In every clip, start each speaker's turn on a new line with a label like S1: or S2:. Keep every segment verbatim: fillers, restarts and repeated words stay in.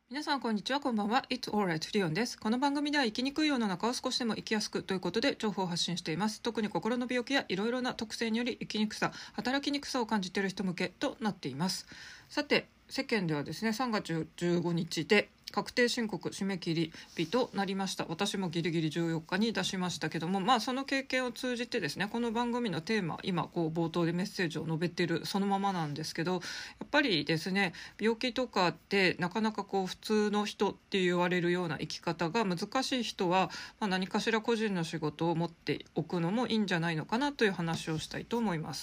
S1: 皆さんこんにちは、こんばんは。 It's alright リオンです。この番組では生きにくい世の中を少しでも生きやすくということで情報を発信しています。特に心の病気やいろいろな特性により生きにくさ、働きにくさを感じている人向けとなっています。さて、世間ではですね、さんがつじゅうごにちで確定申告締め切り日となりました。私もギリギリじゅうよっかに出しましたけども、まあその経験を通じてですね、この番組のテーマ、今こう冒頭でメッセージを述べているそのままなんですけど、やっぱりですね、病気とかってなかなかこう普通の人って言われるような生き方が難しい人は、まあ、何かしら個人の仕事を持っておくのもいいんじゃないのかなという話をしたいと思います。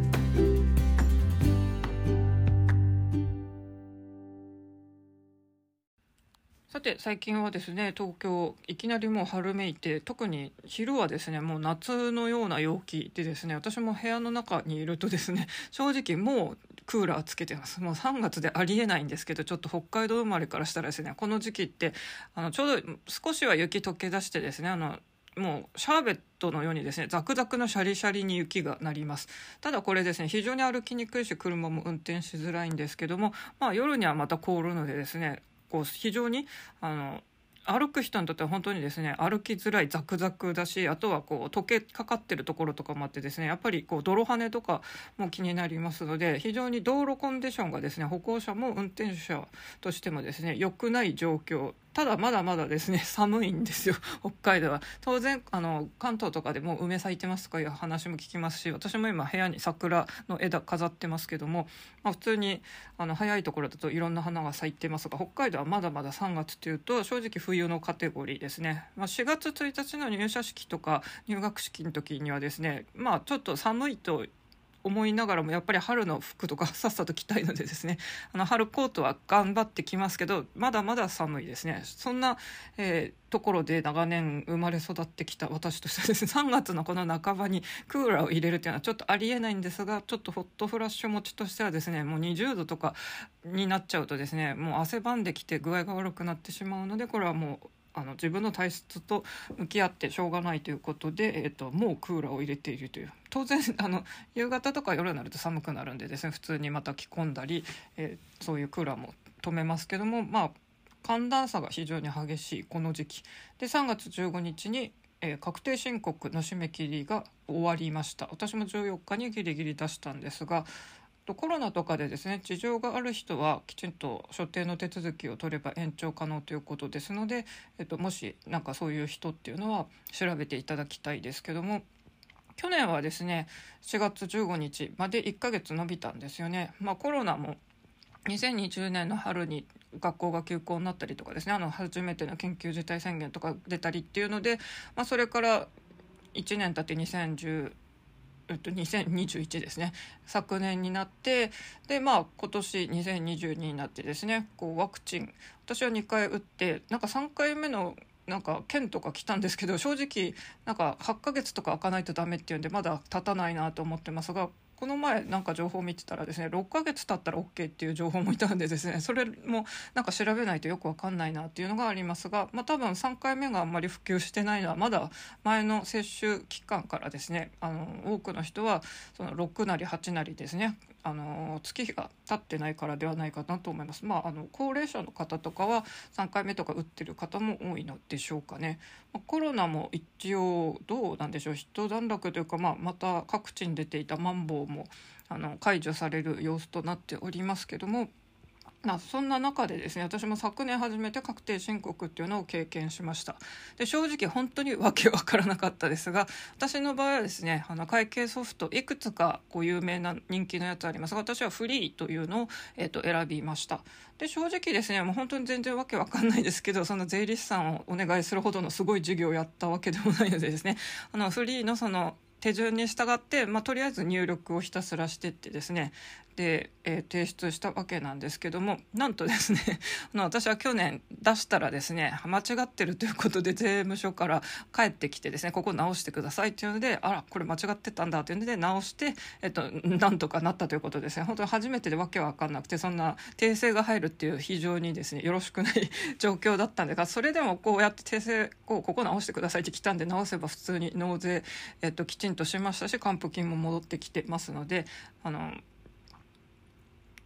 S1: さて、最近はですね、東京いきなりもう春めいて、特に昼はですねもう夏のような陽気でですね、私も部屋の中にいるとですね、正直もうクーラーつけてます。もうさんがつでありえないんですけど、ちょっと北海道生まれからしたらですね、この時期ってあのちょうど少しは雪溶け出してですね、あのもうシャーベットのようにですね、ザクザクのシャリシャリに雪がなります。ただこれですね、非常に歩きにくいし車も運転しづらいんですけども、まあ夜にはまた凍るのでですね、こう非常にあの歩く人にとっては本当にですね、歩きづらいザクザクだし、あとはこう溶けかかってるところとかもあってですね、やっぱりこう泥跳ねとかも気になりますので、非常に道路コンディションがですね、歩行者も運転手者としてもですね良くない状況。ただまだまだですね寒いんですよ、北海道は。当然あの関東とかでも梅咲いてますとかいう話も聞きますし、私も今部屋に桜の枝飾ってますけども、まあ、普通にあの早いところだといろんな花が咲いてますが、北海道はまだまださんがつというと正直冬のカテゴリーですね。まあ、しがつついたちの入社式とか入学式の時にはですね、まあちょっと寒いと思いながらもやっぱり春の服とかさっさと着たいのでですね、あの春コートは頑張ってきますけど、まだまだ寒いですね。そんな、えーところで長年生まれ育ってきた私としてはですね、さんがつのこの半ばにクーラーを入れるというのはちょっとありえないんですが、ちょっとホットフラッシュ持ちとしてはですね、もうにじゅうどとかになっちゃうとですね、もう汗ばんできて具合が悪くなってしまうので、これはもうあの自分の体質と向き合ってしょうがないということで、えー、ともうクーラーを入れているという。当然あの夕方とか夜になると寒くなるんでですね、普通にまた着込んだり、えー、そういうクーラーも止めますけども、まあ寒暖差が非常に激しいこの時期で、さんがつじゅうごにちに、えー、確定申告の締め切りが終わりました。私もじゅうよっかにギリギリ出したんですが、コロナとかでですね、事情がある人はきちんと所定の手続きを取れば延長可能ということですので、えっと、もしなんかそういう人っていうのは調べていただきたいですけども、去年はですねしがつじゅうごにちまでいっかげつ延びたんですよね。まあ、コロナもにせんにじゅうねんの春に学校が休校になったりとかですね、あの初めての緊急事態宣言とか出たりっていうので、まあ、それからいちねん経ってにせんじゅうえっと、にせんにじゅういちですね、昨年になって、でまあ今年にせんにじゅうにになってですね、こうワクチン私はにかい打って、なんかさんかいめのなんか券とか来たんですけど、正直なんかはちかげつとか空かないとダメっていうんでまだ経たないなと思ってますが、この前なんか情報を見てたらですね、ろっかげつ経ったら OK っていう情報もいたんでですね、それもなんか調べないとよくわかんないなっていうのがありますが、まあ、多分さんかいめがあんまり普及してないのはまだ前の接種期間からですね、あの多くの人はそのろくなりはちなりですね、あの月日が経ってないからではないかなと思います。まあ、あの高齢者の方とかはさんかいめとか打ってる方も多いのでしょうかね。コロナも一応どうなんでしょう、一段落というか、まあ、また各地に出ていたマンボウもあの解除される様子となっておりますけども、まあ、そんな中でですね、私も昨年初めて確定申告っていうのを経験しました。で正直本当にわけわからなかったですが、私の場合はですね、あの会計ソフトいくつかこう有名な人気のやつありますが、私はフリーというのを、えー、と選びました。で正直ですね、もう本当に全然わけわかんないですけど、その税理士さんをお願いするほどのすごい授業をやったわけでもないのでですね、あのフリーのその手順に従って、まあ、とりあえず入力をひたすらしてってですね、で、えー提出したわけなんですけども、なんとですねあの私は去年出したらですね、間違ってるということで税務署から帰ってきてですね、ここ直してくださいっていうので、あらこれ間違ってたんだっていうので直して、えっと、なんとかなったということですね。本当に初めてでわけわかんなくて、そんな訂正が入るっていう非常にですねよろしくない状況だったんですが、それでもこうやって訂正こうここ直してくださいって来たんで、直せば普通に納税、えっと、きちんとしましたし、還付金も戻ってきてますので、あの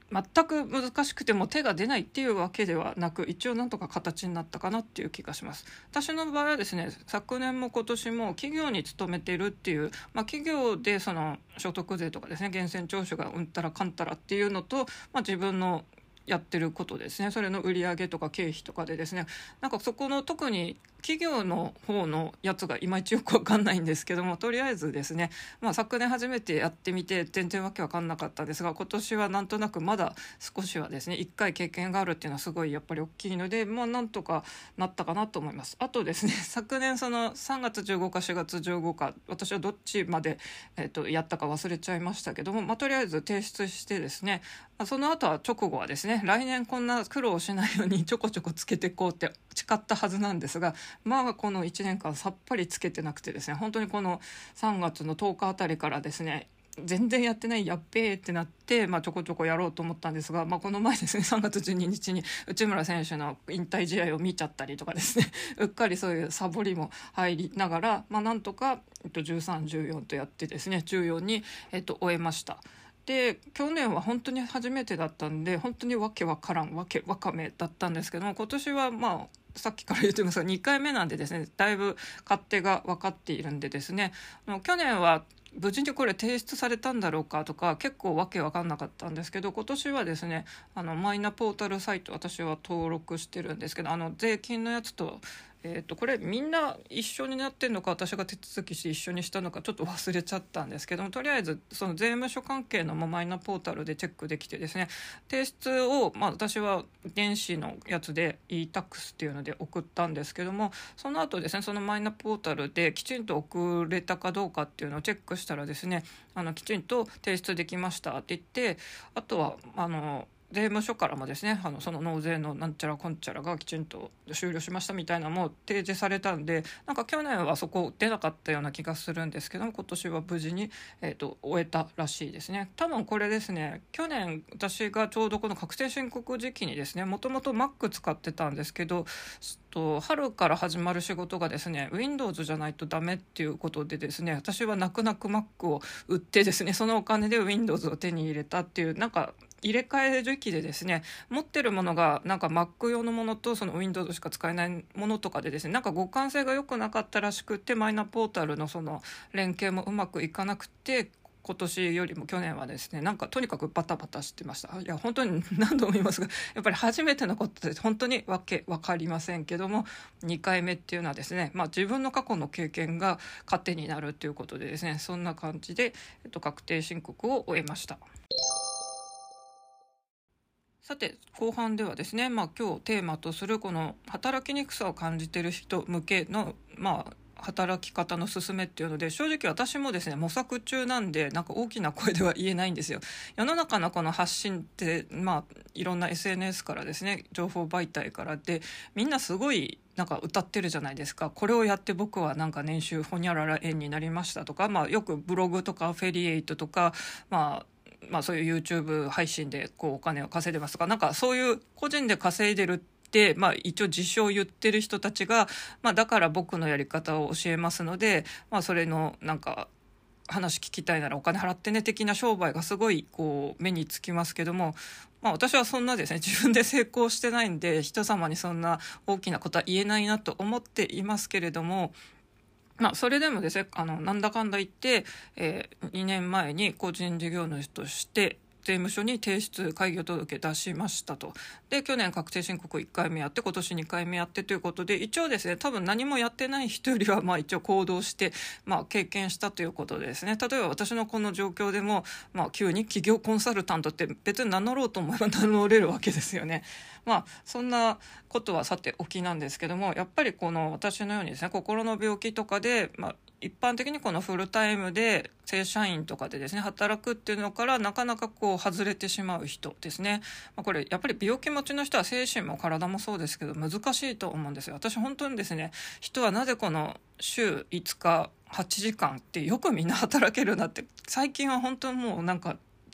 S1: 全く難しくても手が出ないっていうわけではなく、一応なんとか形になったかなっていう気がします。私の場合はですね、昨年も今年も企業に勤めてるっていう、まあ、企業でその所得税とかですね、源泉徴収がうんたらかんたらっていうのと、まあ、自分のやってることですね、それの売上とか経費とかでですね、なんかそこの特に企業の方のやつがいまいちよく分かんないんですけども、とりあえずですね、まあ、昨年初めてやってみて全然わけ分かんなかったんですが、今年はなんとなくまだ少しはですね、いっかい経験があるっていうのはすごいやっぱり大きいので、まあ、なんとかなったかなと思います。あとですね、昨年そのさんがつじゅうごかしがつじゅうごか、私はどっちまで、えっと、やったか忘れちゃいましたけども、まあ、とりあえず提出してですね、その後は直後はですね、来年こんな苦労しないようにちょこちょこつけていこうって誓ったはずなんですが、まあこのいちねんかんさっぱりつけてなくてですね、本当にこのさんがつのとおかあたりからですね、全然やってない、やっべーってなって、まあ、ちょこちょこやろうと思ったんですが、まあ、この前ですね、さんがつじゅうににちに内村選手の引退試合を見ちゃったりとかですね、うっかりそういうサボりも入りながら、まあ、なんとか、えっと、じゅうさん、じゅうよんとやってですね、じゅうよんに、えっと、終えました。で去年は本当に初めてだったんで、本当にわけわからんわけわかめだったんですけども、今年はまあさっきから言ってますがにかいめなんでですね、だいぶ勝手が分かっているんでですね、去年は無事にこれ提出されたんだろうかとか結構わけわかんなかったんですけど、今年はですね、あのマイナポータルサイト私は登録してるんですけど、あの税金のやつとえー、とこれみんな一緒になってるのか、私が手続きして一緒にしたのかちょっと忘れちゃったんですけども、とりあえずその税務署関係のマイナポータルでチェックできてですね、提出を、まあ、私は電子のやつで e タックスっていうので送ったんですけども、その後ですね、そのマイナポータルできちんと送れたかどうかっていうのをチェックしたらですね、あのきちんと提出できましたって言って、あとはあの税務署からもですね、あのその納税のなんちゃらこんちゃらがきちんと終了しましたみたいなのも提示されたんで、なんか去年はそこ出なかったような気がするんですけども、今年は無事に、えー、と終えたらしいですね。多分これですね、去年私がちょうどこの確定申告時期にですね、もともと Mac 使ってたんですけど、と春から始まる仕事がですね Windows じゃないとダメっていうことでですね、私は泣く泣く Mac を売ってですね、そのお金で Windows を手に入れたっていう、なんか入れ替え時期でですね、持ってるものがなんか Mac 用のものとその Windows しか使えないものとかでですね、なんか互換性が良くなかったらしくて、マイナポータルのその連携もうまくいかなくて、今年よりも去年はですね、なんかとにかくバタバタしてました。いや本当に何度も言いますが、やっぱり初めてのことで本当にわけ分かりませんけども、にかいめっていうのはですね、まあ、自分の過去の経験が糧になるということでですね、そんな感じで、えっと、確定申告を終えました。さて後半ではですね、まあ、今日テーマとするこの働きにくさを感じている人向けの、まあ、働き方の勧めっていうので、正直私もですね模索中なんで、なんか大きな声では言えないんですよ。世の中のこの発信って、まあ、いろんな エスエヌエス からですね、情報媒体からでみんなすごいなんか歌ってるじゃないですか。これをやって僕はなんか年収ほにゃらら円になりましたとか、まあ、よくブログとかアフィリエイトとか、まあまあ、そういう YouTube 配信でこうお金を稼いでますとか、なんかそういう個人で稼いでるって、まあ、一応自称言ってる人たちが、まあ、だから僕のやり方を教えますので、まあ、それのなんか話聞きたいならお金払ってね的な商売がすごいこう目につきますけども、まあ、私はそんなですね、自分で成功してないんで人様にそんな大きなことは言えないなと思っていますけれども、まあ、それでもですね、あのなんだかんだ言って、えー、にねんまえに個人事業主として税務署に提出開業届出しましたと。で去年確定申告いっかいめやって、今年にかいめやってということで、一応ですね、多分何もやってない人よりはまあ一応行動して、まあ、経験したということでですね、例えば私のこの状況でも、まあ、急に企業コンサルタントって別に名乗ろうと思えば名乗れるわけですよね。まあそんなことはさておきなんですけども、やっぱりこの私のようにですね、心の病気とかで、まあ一般的にこのフルタイムで正社員とかでですね働くっていうのからなかなかこう外れてしまう人ですね、まあ、これやっぱり病気持ちの人は精神も体もそうですけど難しいと思うんですよ。私本当にですね、人はなぜこの週いつかはちじかんってよくみんな働けるなって、最近は本当にもうなんか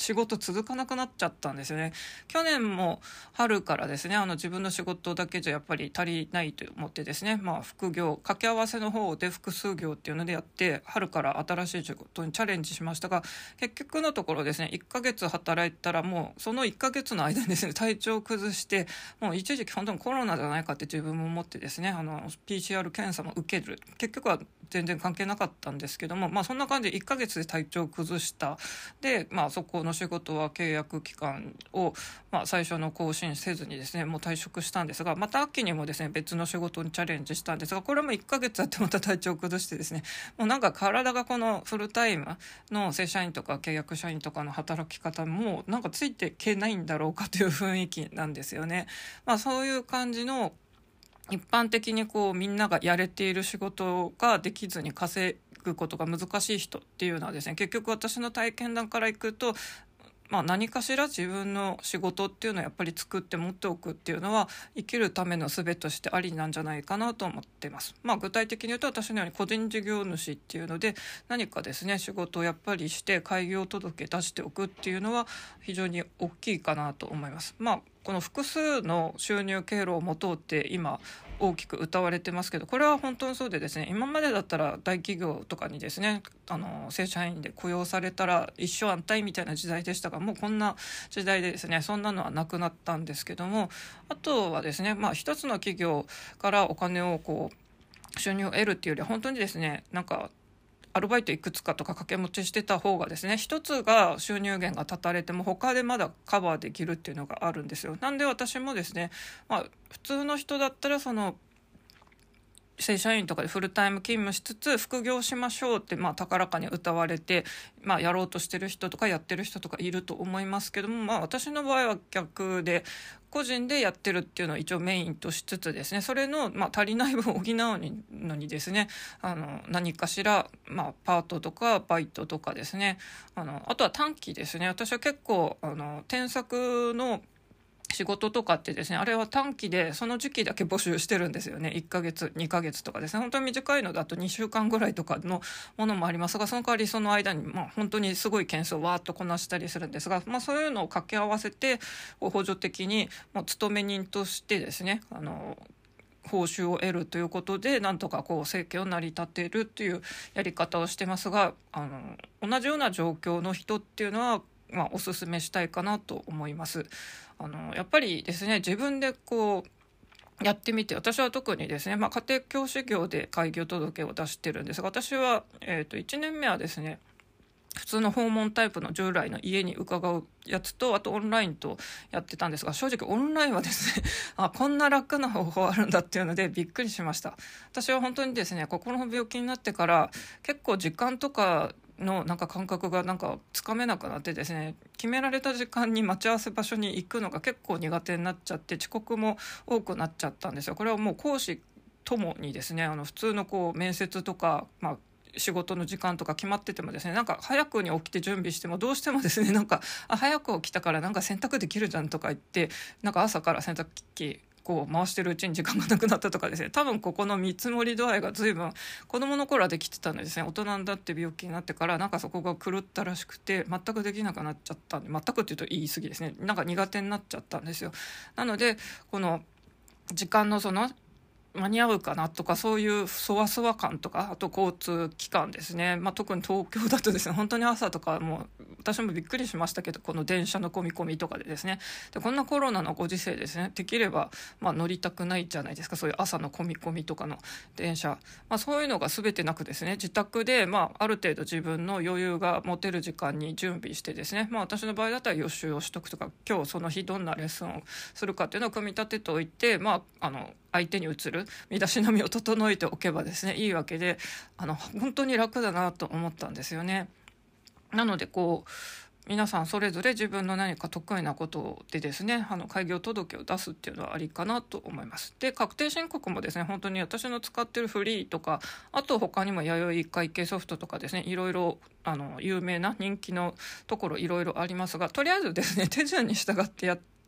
S1: 仕事続かなくなっちゃったんですよね。去年も春からですねあの自分の仕事だけじゃやっぱり足りないと思ってですね、まあ、副業掛け合わせの方で複数業っていうのでやって春から新しい仕事にチャレンジしましたが、結局のところですねいっかげつ働いたらもうそのいっかげつの間にですね体調を崩して、もう一時期本当にコロナじゃないかって自分も思ってですねあの ピーシーアール 検査も受ける、結局は全然関係なかったんですけども、まあ、そんな感じでいっかげつで体調を崩したで、まあ、そこの仕事は契約期間を、まあ、最初の更新せずにですねもう退職したんですが、また秋にもですね別の仕事にチャレンジしたんですが、これもいっかげつやってまた体調を崩してですね、もうなんか体がこのフルタイムの正社員とか契約社員とかの働き方もなんかついていけないんだろうかという雰囲気なんですよね。まあ、そういう感じの一般的にこうみんながやれている仕事ができずに稼ぐことが難しい人っていうのはですね、結局私の体験談からいくと、まあ、何かしら自分の仕事っていうのをやっぱり作って持っておくっていうのは生きるための術としてありなんじゃないかなと思っています。まあ、具体的に言うと私のように個人事業主っていうので何かですね仕事をやっぱりして開業届出しておくっていうのは非常に大きいかなと思います。まあこの複数の収入経路を持とうって今大きく謳われてますけど、これは本当にそうでですね、今までだったら大企業とかにですねあの正社員で雇用されたら一生安泰みたいな時代でしたが、もうこんな時代でですねそんなのはなくなったんですけども、あとはですねまあ一つの企業からお金をこう収入を得るっていうよりは本当にですねなんかアルバイトいくつかとか掛け持ちしてた方がですね一つが収入源が断たれても他でまだカバーできるっていうのがあるんですよ。なんで私もですね、まあ、普通の人だったらその正社員とかでフルタイム勤務しつつ副業しましょうってまあ高らかに謳われて、まあ、やろうとしてる人とかやってる人とかいると思いますけども、まあ、私の場合は逆で個人でやってるっていうのを一応メインとしつつですね、それの、まあ、足りない分を補うのにですねあの何かしら、まあ、パートとかバイトとかですね、あのあとは短期ですね。私は結構あの添削の仕事とかってですねあれは短期でその時期だけ募集してるんですよね。いっかげつにかげつとかですね、本当に短いのだとにしゅうかんぐらいとかのものもありますが、その代わりその間にまあ本当にすごい件数をわーっとこなしたりするんですが、まあ、そういうのを掛け合わせて補助的にもう勤め人としてですねあの報酬を得るということでなんとかこう生計を成り立てるっていうやり方をしてますが、あの同じような状況の人っていうのはまあ、おすすめしたいかなと思います。あのやっぱりですね自分でこうやってみて、私は特にですね、まあ、家庭教師業で開業届を出してるんですが、私は、えー、といちねんめはですね普通の訪問タイプの従来の家に伺うやつとあとオンラインとやってたんですが、正直オンラインはですねあこんな楽な方法あるんだっていうのでびっくりしました。私は本当にですね心の病気になってから結構時間とかのなんか感覚がなんかつかめなくなってですね、決められた時間に待ち合わせ場所に行くのが結構苦手になっちゃって遅刻も多くなっちゃったんですよ。これはもう講師ともにですねあの普通のこう面接とか、まあ仕事の時間とか決まっててもですねなんか早くに起きて準備してもどうしてもですねなんかあ早く起きたからなんか洗濯できるじゃんとか言ってなんか朝から洗濯機こう回してるうちに時間がなくなったとかですね、多分ここの見積もり度合いが随分子供の頃はできてたのでですね大人になって病気になってからなんかそこが狂ったらしくて全くできなくなっちゃったんで、全くっていうと言い過ぎですね、なんか苦手になっちゃったんですよ。なのでこの時間のその間に合うかなとかそういうそわそわ感とかあと交通機関ですね、まあ、特に東京だとですね本当に朝とかもう私もびっくりしましたけどこの電車の込み込みとかでですねでこんなコロナのご時世ですねできればまあ乗りたくないじゃないですか、そういう朝の込み込みとかの電車、まあ、そういうのが全てなくですね自宅でまあある程度自分の余裕が持てる時間に準備してですね、まあ、私の場合だったら予習をしとくとか今日その日どんなレッスンをするかっていうのを組み立てておいて、まああの相手に移る身だしなみを整えておけばですねいいわけで、あの本当に楽だなと思ったんですよね。なのでこう皆さんそれぞれ自分の何か得意なことでですねあの開業届を出すっていうのはありかなと思います。で確定申告もですね本当に私の使ってるフリーとかあと他にも弥生会計ソフトとかですねいろいろあの有名な人気のところいろいろありますが、とりあえずですね手順に従ってやって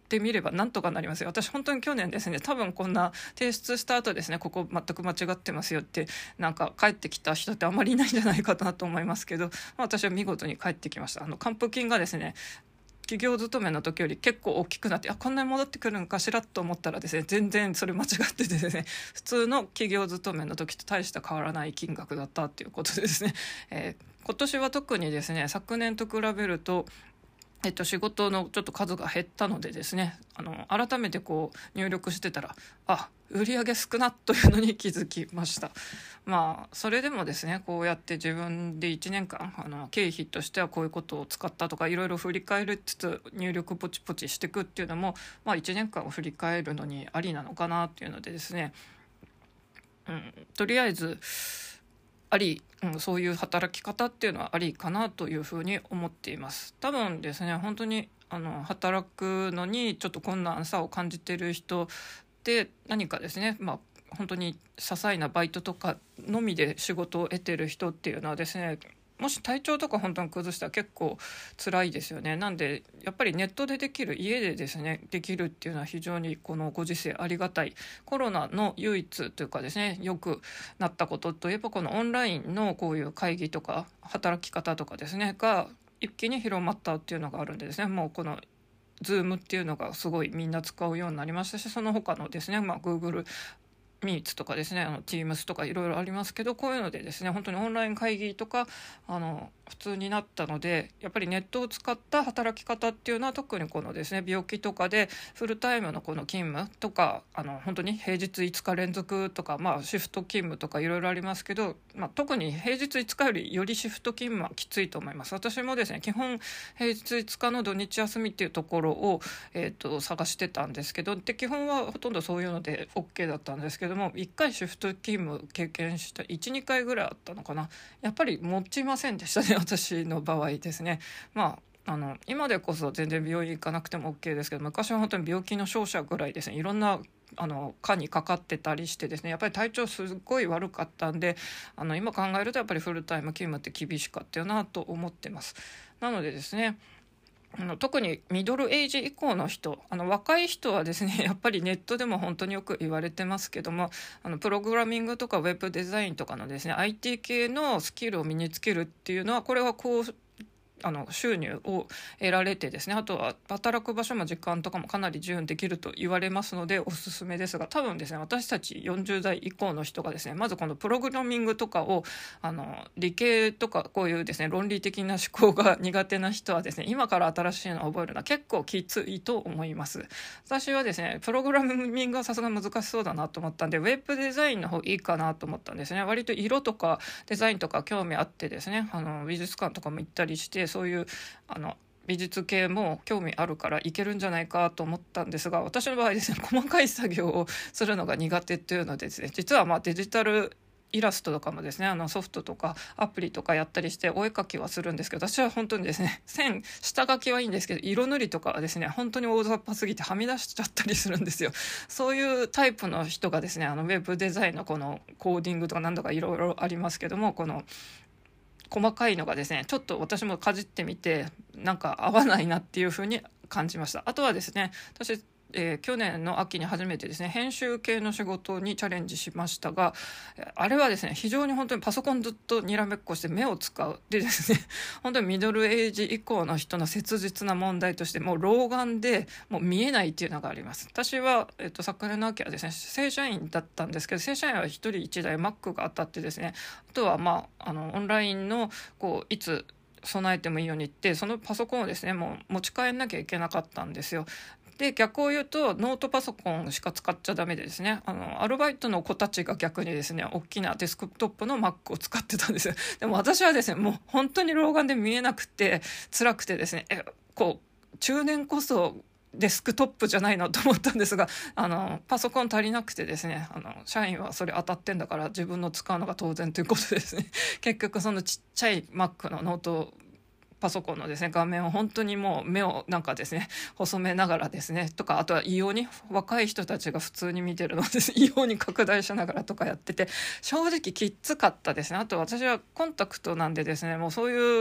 S1: ってみればなんとかなりますよ。私本当に去年ですね、多分こんな提出した後ですね、ここ全く間違ってますよってなんか帰ってきた人ってあんまりいないんじゃないかなと思いますけど、まあ、私は見事に帰ってきました。あの還付金がですね、企業勤めの時より結構大きくなって、あ、こんなに戻ってくるのかしらと思ったらですね、全然それ間違っててですね、普通の企業勤めの時と大した変わらない金額だったっていうことでですね、えー、今年は特にですね、昨年と比べるとえっと、仕事のちょっと数が減ったのでですね、あの改めてこう入力してたら、あ、売上少なというのに気づきました。まあそれでもですね、こうやって自分でいちねんかんあの経費としてはこういうことを使ったとかいろいろ振り返りつつ入力ポチポチしていくっていうのも、まあ、いちねんかんを振り返るのにありなのかなっていうのでですね、うん、とりあえずあり、うん、そういう働き方っていうのはありかなというふうに思っています。多分ですね、本当にあの働くのにちょっと困難さを感じている人って何かですね、まあ本当に些細なバイトとかのみで仕事を得てる人っていうのはですね、もし体調とか本当に崩したら結構辛いですよね。なんでやっぱりネットでできる、家でですねできるっていうのは非常にこのご時世ありがたい。コロナの唯一というかですね、よくなったことといえばこのオンラインのこういう会議とか働き方とかですねが一気に広まったっていうのがあるんでですね、もうこのズームっていうのがすごいみんな使うようになりましたし、その他のですね、まあ、Googleミーツとかですね、あの Teams とかいろいろありますけど、こういうのでですね、本当にオンライン会議とかあの普通になったので、やっぱりネットを使った働き方っていうのは特にこのですね、病気とかでフルタイムのこの勤務とか、あの本当に平日いつか連続とか、まあ、シフト勤務とかいろいろありますけど、まあ、特に平日いつかよりよりシフト勤務はきついと思います。私もですね、基本平日いつかの土日休みっていうところを、えー、と探してたんですけど、で基本はほとんどそういうので OK だったんですけども、いっかいシフト勤務経験した いちにかいぐらいあったのかな、やっぱり持ちませんでしたね、私の場合ですね。まああの今でこそ全然病院行かなくても OK ですけど、昔は本当に病気の照射ぐらいですね、いろんなあの科にかかってたりしてですね、やっぱり体調すっごい悪かったんで、あの今考えるとやっぱりフルタイム勤務って厳しかったよなと思ってます。なのでですね、あの特にミドルエイジ以降の人、あの若い人はですね、やっぱりネットでも本当によく言われてますけども、あのプログラミングとかウェブデザインとかのですね アイティー 系のスキルを身につけるっていうのは、これはこうあの収入を得られてですね、あとは働く場所も時間とかもかなり自由にできると言われますのでおすすめですが、多分ですね、私たちよんじゅう代以降の人がですね、まずこのプログラミングとかをあの理系とかこういうですね論理的な思考が苦手な人はですね、今から新しいのを覚えるのは結構きついと思います。私はですね、プログラミングはさすがに難しそうだなと思ったんで、ウェブデザインの方いいかなと思ったんですね。割と色とかデザインとか興味あってですね、あの美術館とかも行ったりして、そういうあの美術系も興味あるからいけるんじゃないかと思ったんですが、私の場合ですね、細かい作業をするのが苦手というのでですね、実はまあデジタルイラストとかもですね、あのソフトとかアプリとかやったりしてお絵描きはするんですけど、私は本当にですね、線下書きはいいんですけど、色塗りとかはですね本当に大雑把すぎてはみ出しちゃったりするんですよ。そういうタイプの人がですね、あのウェブデザインのこのコーディングとか何度かいろいろありますけども、この細かいのがですね、ちょっと私もかじってみてなんか合わないなっていう風に感じました。あとはですね、私えー、去年の秋に初めてですね編集系の仕事にチャレンジしましたが、あれはですね非常に本当にパソコンずっとにらめっこして目を使うでですね、本当にミドルエイジ以降の人の切実な問題として、もう老眼でもう見えないっていうのがあります。私は、えっと、昨年の秋はですね正社員だったんですけど、正社員はひとりいちだい Mac が当たってですね、あとはまああのオンラインのこういつ備えてもいいようにって、そのパソコンをですねもう持ち帰んなきゃいけなかったんですよ。で逆を言うとノートパソコンしか使っちゃダメでですね、あのアルバイトの子たちが逆にですね大きなデスクトップの Mac を使ってたんですよ。でも私はですねもう本当に老眼で見えなくて辛くてですね、えこう中年こそデスクトップじゃないのと思ったんですが、あのパソコン足りなくてですね、あの社員はそれ当たってんだから自分の使うのが当然ということでですね、結局そのちっちゃい Mac のノートパソコンのですね画面を本当にもう目をなんかですね細めながらですねとか、あとは異様に若い人たちが普通に見てるのをですね異様に拡大しながらとかやってて、正直きつかったですね。あと私はコンタクトなんでですね、もうそういう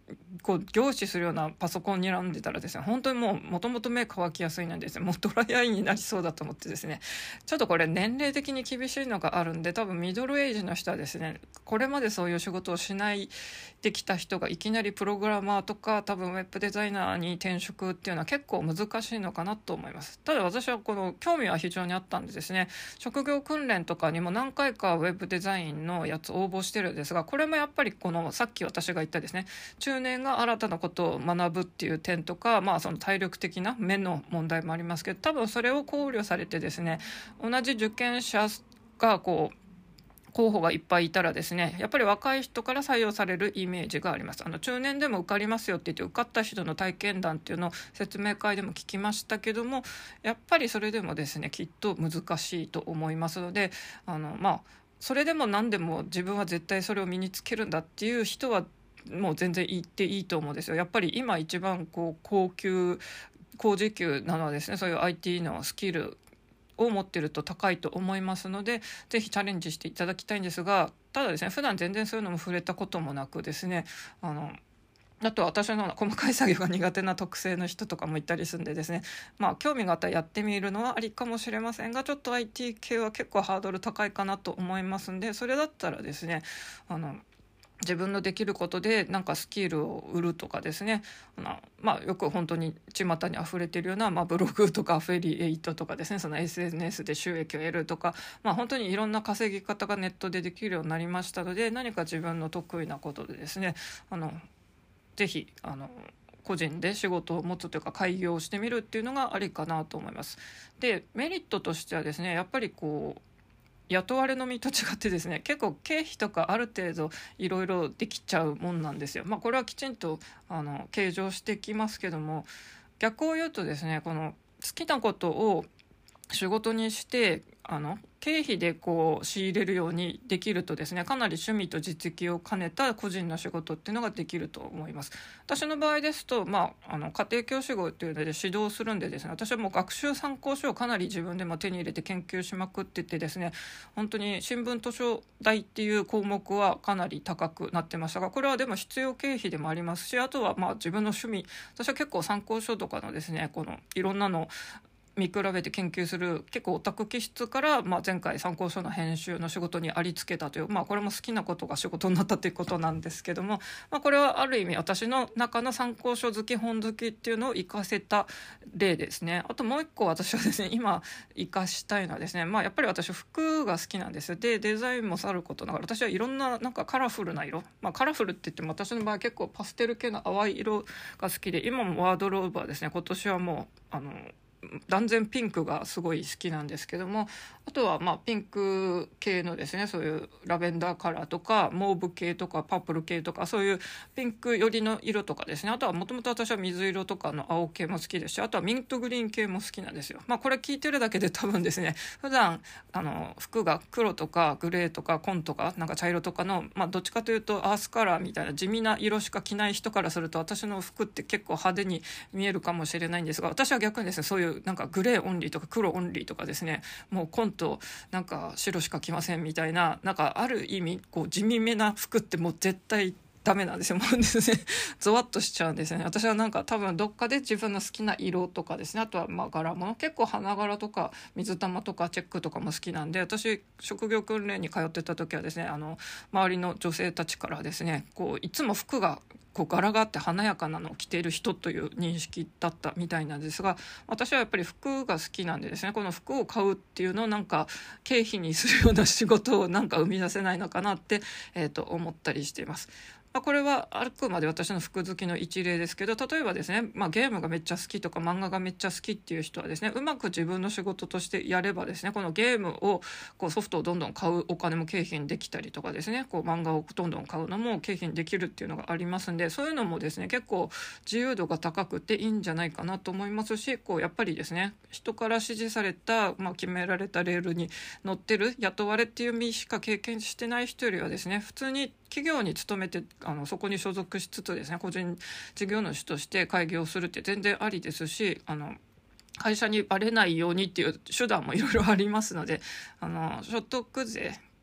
S1: こう凝視するようなパソコンにらんでたらですね、本当にもうもともと目乾きやすいなんですね、もうドライアイになりそうだと思ってですね、ちょっとこれ年齢的に厳しいのがあるんで、多分ミドルエイジの人はですね、これまでそういう仕事をしないできた人がいきなりプログラマーとか多分ウェブデザイナーに転職っていうのは結構難しいのかなと思います。ただ私はこの興味は非常にあったんでですね、職業訓練とかにも何回かウェブデザインのやつ応募してるんですが、これもやっぱりこのさっき私が言ったですね、中年が新たなことを学ぶっていう点とか、まあその体力的な目の問題もありますけど、多分それを考慮されてですね、同じ受験者がこう候補がいっぱいいたらですね、やっぱり若い人から採用されるイメージがあります。あの中年でも受かりますよって言って受かった人の体験談っていうのを説明会でも聞きましたけども、やっぱりそれでもですねきっと難しいと思いますので、あのまあそれでも何でも自分は絶対それを身につけるんだっていう人はもう全然言っていいと思うんですよ。やっぱり今一番こう高級高時給なのはですね、そういう アイティー のスキルを持ってると高いと思いますので、ぜひチャレンジしていただきたいんですが、ただですね、普段全然そういうのも触れたこともなくですね、あのあとは私のような細かい作業が苦手な特性の人とかもいたりするんでですね、まあ興味があったらやってみるのはありかもしれませんが、ちょっと アイティー 系は結構ハードル高いかなと思いますんで、それだったらですね、あの自分のできることでなんかスキルを売るとかですね、あの、まあ、よく本当に巷に溢れているような、まあ、ブログとかアフィリエイトとかですね、その エスエヌエス で収益を得るとか、まあ、本当にいろんな稼ぎ方がネットでできるようになりましたので、何か自分の得意なことでですね、あのぜひあの個人で仕事を持つというか開業してみるっていうのがありかなと思います。でメリットとしてはですね、やっぱりこう雇われの身と違ってですね、結構経費とかある程度いろいろできちゃうもんなんですよ。まあこれはきちんとあの計上してきますけども、逆を言うとですね、この好きなことを仕事にしてあの経費でこう仕入れるようにできるとですね、かなり趣味と実績を兼ねた個人の仕事っていうのができると思います。私の場合ですと、まあ、あの家庭教師号っていうので指導するんでですね、私はもう学習参考書をかなり自分でも手に入れて研究しまくっててですね、本当に新聞図書代っていう項目はかなり高くなってましたが、これはでも必要経費でもありますし、あとはまあ自分の趣味、私は結構参考書とかのですね、このいろんなの見比べて研究する結構オタク気質から、まあ、前回参考書の編集の仕事にありつけたという、まあ、これも好きなことが仕事になったということなんですけども、まあ、これはある意味私の中の参考書好き本好きっていうのを活かせた例ですね。あともう一個私はですね今活かしたいのはですね、まあ、やっぱり私服が好きなんです。でデザインもさることながら、私はいろんななんかカラフルな色、まあ、カラフルって言っても私の場合結構パステル系の淡い色が好きで、今もワードローブはですね今年はもうあの断然ピンクがすごい好きなんですけども、あとはまあピンク系のですね、そういうラベンダーカラーとかモーブ系とかパープル系とか、そういうピンク寄りの色とかですね、あとはもともと私は水色とかの青系も好きですし、あとはミントグリーン系も好きなんですよ。まあこれ聞いてるだけで多分ですね、普段あの服が黒とかグレーとか紺とかなんか茶色とかの、まあどっちかというとアースカラーみたいな地味な色しか着ない人からすると、私の服って結構派手に見えるかもしれないんですが、私は逆にですね、そういうなんかグレーオンリーとか黒オンリーとかですね、もう紺となんか白しか着ませんみたいな、なんかある意味こう地味めな服ってもう絶対ダメなんですよ。もうですねゾワッとしちゃうんですよね。私はなんか多分どっかで自分の好きな色とかですね、あとはまあ柄物、結構花柄とか水玉とかチェックとかも好きなんで、私職業訓練に通ってた時はですね、あの周りの女性たちからですね、こういつも服がこう柄があって華やかなのを着ている人という認識だったみたいなんですが、私はやっぱり服が好きなんでですね、この服を買うっていうのをなんか経費にするような仕事をなんか生み出せないのかなって、えー、と思ったりしています。まあ、これはあくまで私の服好きの一例ですけど、例えばですね、まあ、ゲームがめっちゃ好きとか漫画がめっちゃ好きっていう人はですね、うまく自分の仕事としてやればですね、このゲームをこうソフトをどんどん買うお金も経費にできたりとかですね、こう漫画をどんどん買うのも経費にできるっていうのがありますんで、そういうのもですね結構自由度が高くていいんじゃないかなと思いますし、こうやっぱりですね人から指示された、まあ、決められたレールに乗ってる雇われっていう身しか経験してない人よりはですね、普通に企業に勤めてあのそこに所属しつつですね、個人事業主として開業するって全然ありですし、あの会社にバレないようにっていう手段もいろいろありますので、あの所得税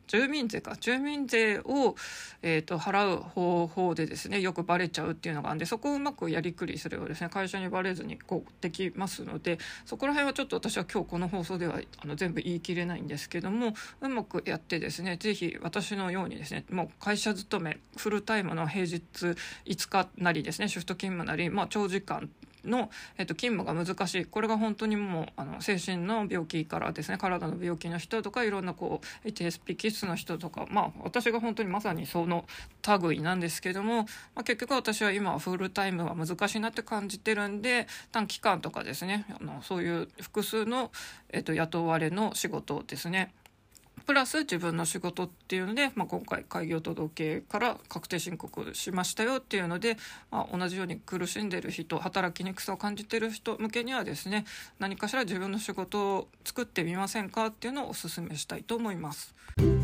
S1: 住民税か住民税を、えー、と払う方法でですねよくバレちゃうっていうのがあるんで、そこをうまくやりくりすればですね会社にバレずにこうできますので、そこら辺はちょっと私は今日この放送ではあの全部言い切れないんですけども、うまくやってですねぜひ私のようにですねもう会社勤めフルタイムの平日いつかなりですねシフト勤務なり、まあ、長時間の、えっと、勤務が難しい、これが本当にもうあの精神の病気からですね体の病気の人とかいろんなこう エイチエスピー 気質の人とか、まあ私が本当にまさにその類なんですけども、まあ、結局私は今はフルタイムは難しいなって感じてるんで、短期間とかですねあのそういう複数の、えっと、雇われの仕事ですねプラス自分の仕事っていうので、まあ、今回開業届から確定申告しましたよっていうので、まあ、同じように苦しんでる人働きにくさを感じてる人向けにはですね何かしら自分の仕事を作ってみませんかっていうのをお勧めしたいと思います。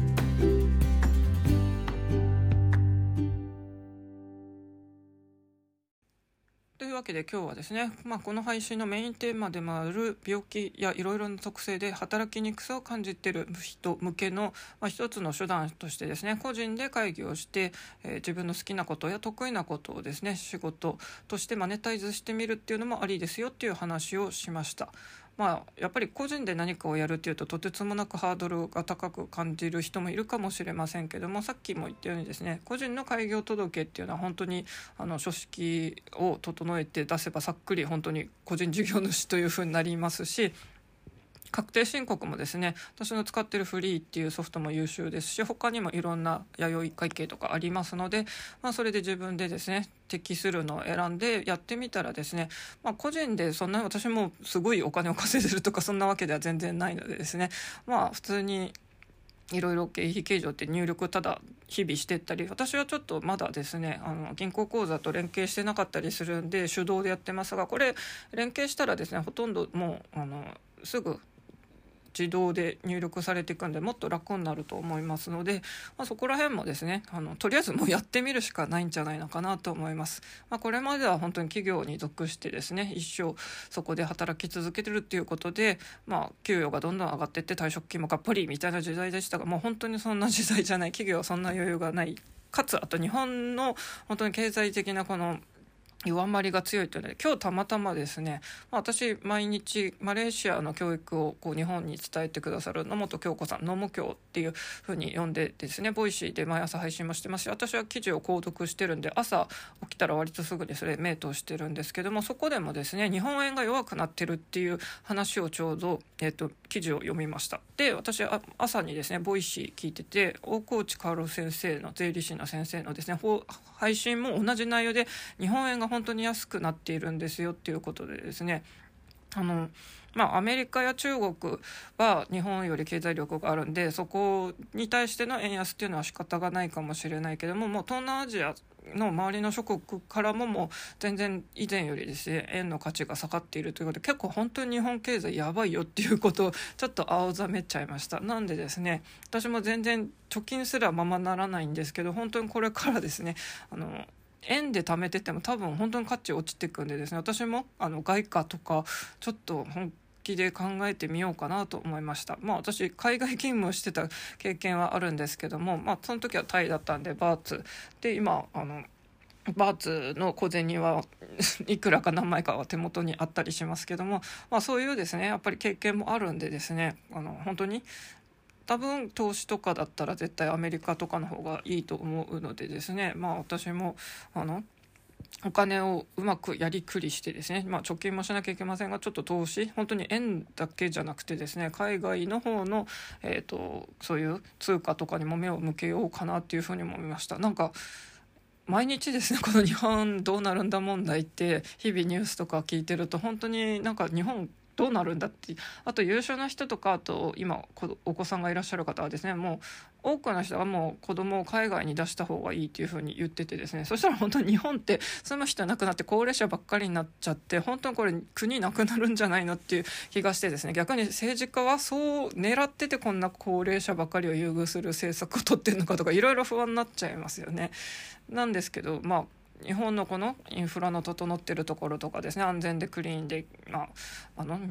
S1: というわけで今日はですね、まあ、この配信のメインテーマでもある病気やいろいろな特性で働きにくさを感じている人向けの、まあ、一つの手段としてですね個人で会議をして、えー、自分の好きなことや得意なことをですね仕事としてマネタイズしてみるっていうのもありですよっていう話をしました。まあ、やっぱり個人で何かをやるっていうととてつもなくハードルが高く感じる人もいるかもしれませんけども、さっきも言ったようにですね個人の開業届っていうのは本当にあの書式を整えて出せばさっくり本当に個人事業主というふうになりますし、確定申告もですね私の使っているフリーっていうソフトも優秀ですし、他にもいろんな弥生会計とかありますので、まあ、それで自分でですね適するのを選んでやってみたらですね、まあ、個人でそんな私もすごいお金を稼いでるとかそんなわけでは全然ないのでですね、まあ普通にいろいろ経費計上って入力ただ日々していったり、私はちょっとまだですねあの銀行口座と連携してなかったりするんで手動でやってますが、これ連携したらですねほとんどもうあのすぐ自動で入力されていくんでもっと楽になると思いますので、まあ、そこら辺もですねあのとりあえずもうやってみるしかないんじゃないのかなと思います。まあ、これまでは本当に企業に属してですね一生そこで働き続けてるっていうことで、まあ、給与がどんどん上がっていって退職金もがっぽりみたいな時代でしたが、もう本当にそんな時代じゃない、企業はそんな余裕がない、かつあと日本の本当に経済的なこの弱まりが強いというので、今日たまたまですね、まあ、私毎日マレーシアの教育をこう日本に伝えてくださる野本京子さん、野も教っていう風に呼んでですねボイシーで毎朝配信もしてますし、私は記事を購読してるんで朝起きたら割とすぐにそれ目通してるんですけども、そこでもですね日本円が弱くなってるっていう話をちょうど、えーと、記事を読みました。で私は朝にですねボイシー聞いてて、大河内薫先生の税理士の先生のですね配信も同じ内容で日本円が本当に安くなっているんですよっていうことでですね、あのまあ、アメリカや中国は日本より経済力があるんでそこに対しての円安っていうのは仕方がないかもしれないけども、もう東南アジアの周りの諸国からももう全然以前よりですね円の価値が下がっているということで、結構本当に日本経済やばいよっていうことをちょっと青ざめちゃいました。なんでですね私も全然貯金すらままならないんですけど、本当にこれからですねあの円で貯めてても多分本当に価値落ちていくんでですね、私もあの外貨とかちょっと本気で考えてみようかなと思いました。まあ私海外勤務してた経験はあるんですけども、まあその時はタイだったんでバーツで、今あのバーツの小銭はいくらか何枚かは手元にあったりしますけども、まあそういうですねやっぱり経験もあるんでですね、あの本当に多分投資とかだったら絶対アメリカとかの方がいいと思うのでですね、まあ私もあのお金をうまくやりくりしてですね、まあ、貯金もしなきゃいけませんがちょっと投資本当に円だけじゃなくてですね海外の方の、えーと、そういう通貨とかにも目を向けようかなっていうふうに思いました。なんか毎日ですねこの日本どうなるんだ問題って日々ニュースとか聞いてると本当になんか日本どうなるんだって、あと優秀な人とかあと今お子さんがいらっしゃる方はですねもう多くの人がもう子供を海外に出した方がいいっていう風に言っててですね、そしたら本当に日本って住む人なくなって高齢者ばっかりになっちゃって本当にこれ国なくなるんじゃないのっていう気がしてですね、逆に政治家はそう狙っててこんな高齢者ばっかりを優遇する政策を取ってるのかとかいろいろ不安になっちゃいますよね。なんですけどまあ日本のこのインフラの整っているところとかですね安全でクリーンで、まあ、あの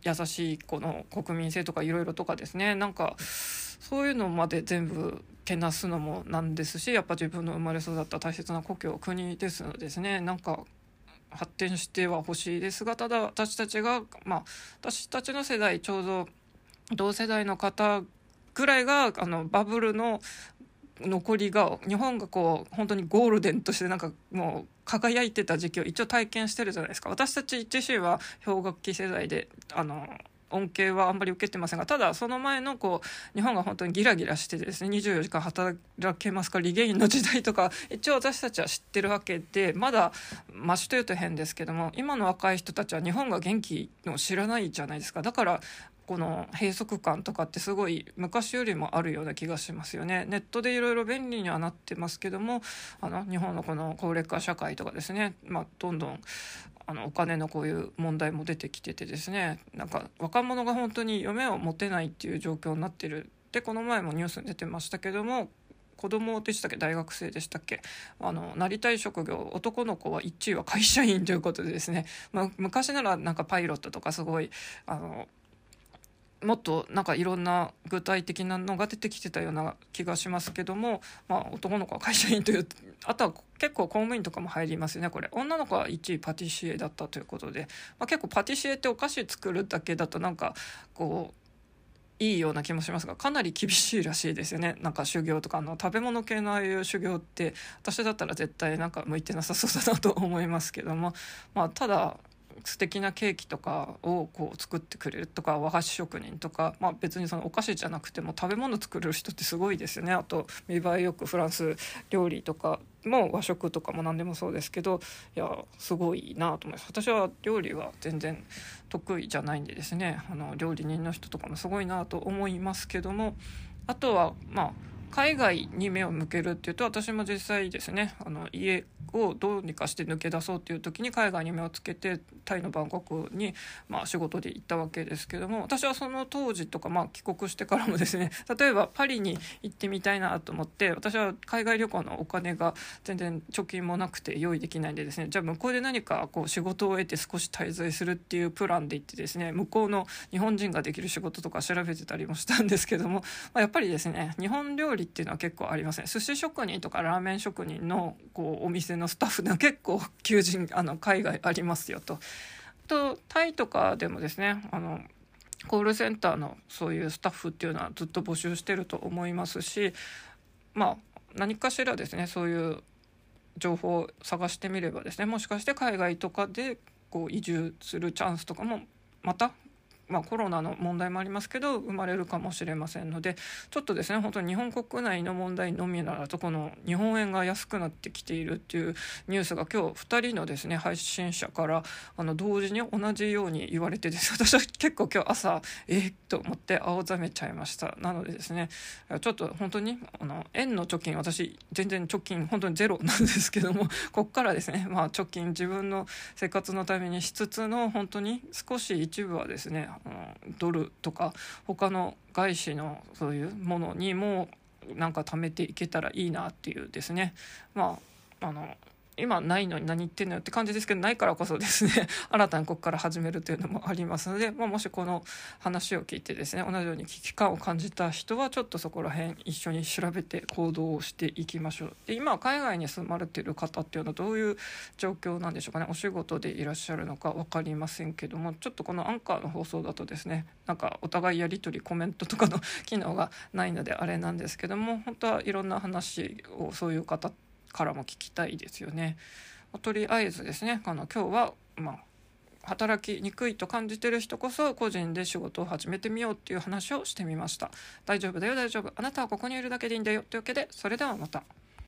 S1: 優しいこの国民性とかいろいろとかですね、なんかそういうのまで全部けなすのもなんですし、やっぱ自分の生まれ育った大切な故郷国ですのでですね、なんか発展してはほしいですが、ただ私たちがまあ私たちの世代、ちょうど同世代の方ぐらいがあのバブルの残りが、日本がこう本当にゴールデンとしてなんかもう輝いてた時期を一応体験してるじゃないですか。私たち自身は氷河期世代であの恩恵はあんまり受けてませんが、ただその前のこう日本が本当にギラギラしててですね、にじゅうよじかん働けますかリゲインの時代とか一応私たちは知ってるわけで、まだマシというと変ですけども、今の若い人たちは日本が元気の知らないじゃないですか。だからこの閉塞感とかってすごい昔よりもあるような気がしますよね。ネットでいろいろ便利にはなってますけども、あの日本のこの高齢化社会とかですね、まあ、どんどんあのお金のこういう問題も出てきててですね、なんか若者が本当に夢を持てないっていう状況になってるで、この前もニュースに出てましたけども、子供でしたっけ、大学生でしたっけ、あのなりたい職業、男の子はいちいは会社員ということでですね、まあ、昔ならなんかパイロットとかすごいあのもっとなんかいろんな具体的なのが出てきてたような気がしますけども、まあ、男の子は会社員という、あとは結構公務員とかも入りますよね。これ女の子はいちいパティシエだったということで、まあ、結構パティシエってお菓子作るだけだとなんかこういいような気もしますが、かなり厳しいらしいですよね。なんか修行とかあの食べ物系のああいう修行って私だったら絶対なんか向いてなさそうだなと思いますけども、まあ、ただ素敵なケーキとかをこう作ってくれるとか、和菓子職人とか、まあ、別にそのお菓子じゃなくても食べ物作れる人ってすごいですよね。あと見栄えよくフランス料理とかも和食とかも何でもそうですけど、いやすごいなと思います。私は料理は全然得意じゃないんでですね、あの料理人の人とかもすごいなと思いますけども、あとはまあ海外に目を向けるっていうと、私も実際ですね、あの家をどうにかして抜け出そうっていう時に海外に目をつけてタイのバンコクに、まあ、仕事で行ったわけですけども、私はその当時とか、まあ、帰国してからもですね、例えばパリに行ってみたいなと思って、私は海外旅行のお金が全然貯金もなくて用意できないんでですね、じゃあ向こうで何かこう仕事を得て少し滞在するっていうプランで行ってですね、向こうの日本人ができる仕事とか調べてたりもしたんですけども、まあ、やっぱりですね、日本料理っていうのは結構ありますね。寿司職人とかラーメン職人のこうお店のスタッフでは結構求人あの海外ありますよと。とタイとかでもですね、あのコールセンターのそういうスタッフっていうのはずっと募集してると思いますし、まあ何かしらですね、そういう情報を探してみればですね、もしかして海外とかでこう移住するチャンスとかもまたまあ、コロナの問題もありますけど生まれるかもしれませんので、ちょっとですね本当に日本国内の問題のみならず、この日本円が安くなってきているっていうニュースが今日ふたりのですね配信者からあの同時に同じように言われてです、私は結構今日朝えー、っと思って青ざめちゃいました。なのでですね、ちょっと本当にあの円の貯金、私全然貯金本当にゼロなんですけども、こっからですね、まあ、貯金自分の生活のためにしつつの本当に少し一部はですね、ドルとか他の外資のそういうものにもなんか貯めていけたらいいなっていうですね、まああの今ないのに何言ってんのよって感じですけど、ないからこそですね新たにここから始めるというのもありますので、まあ、もしこの話を聞いてですね同じように危機感を感じた人はちょっとそこら辺一緒に調べて行動をしていきましょう。で今海外に住まれている方っていうのはどういう状況なんでしょうかね。お仕事でいらっしゃるのか分かりませんけども、ちょっとこのアンカーの放送だとですね、なんかお互いやり取りコメントとかの機能がないのであれなんですけども、本当はいろんな話をそういう方からも聞きたいですよね。とりあえずですね、あの今日は、まあ、働きにくいと感じている人こそ個人で仕事を始めてみようっていう話をしてみました。大丈夫だよ大丈夫、あなたはここにいるだけでいいんだよというわけで、それではまた。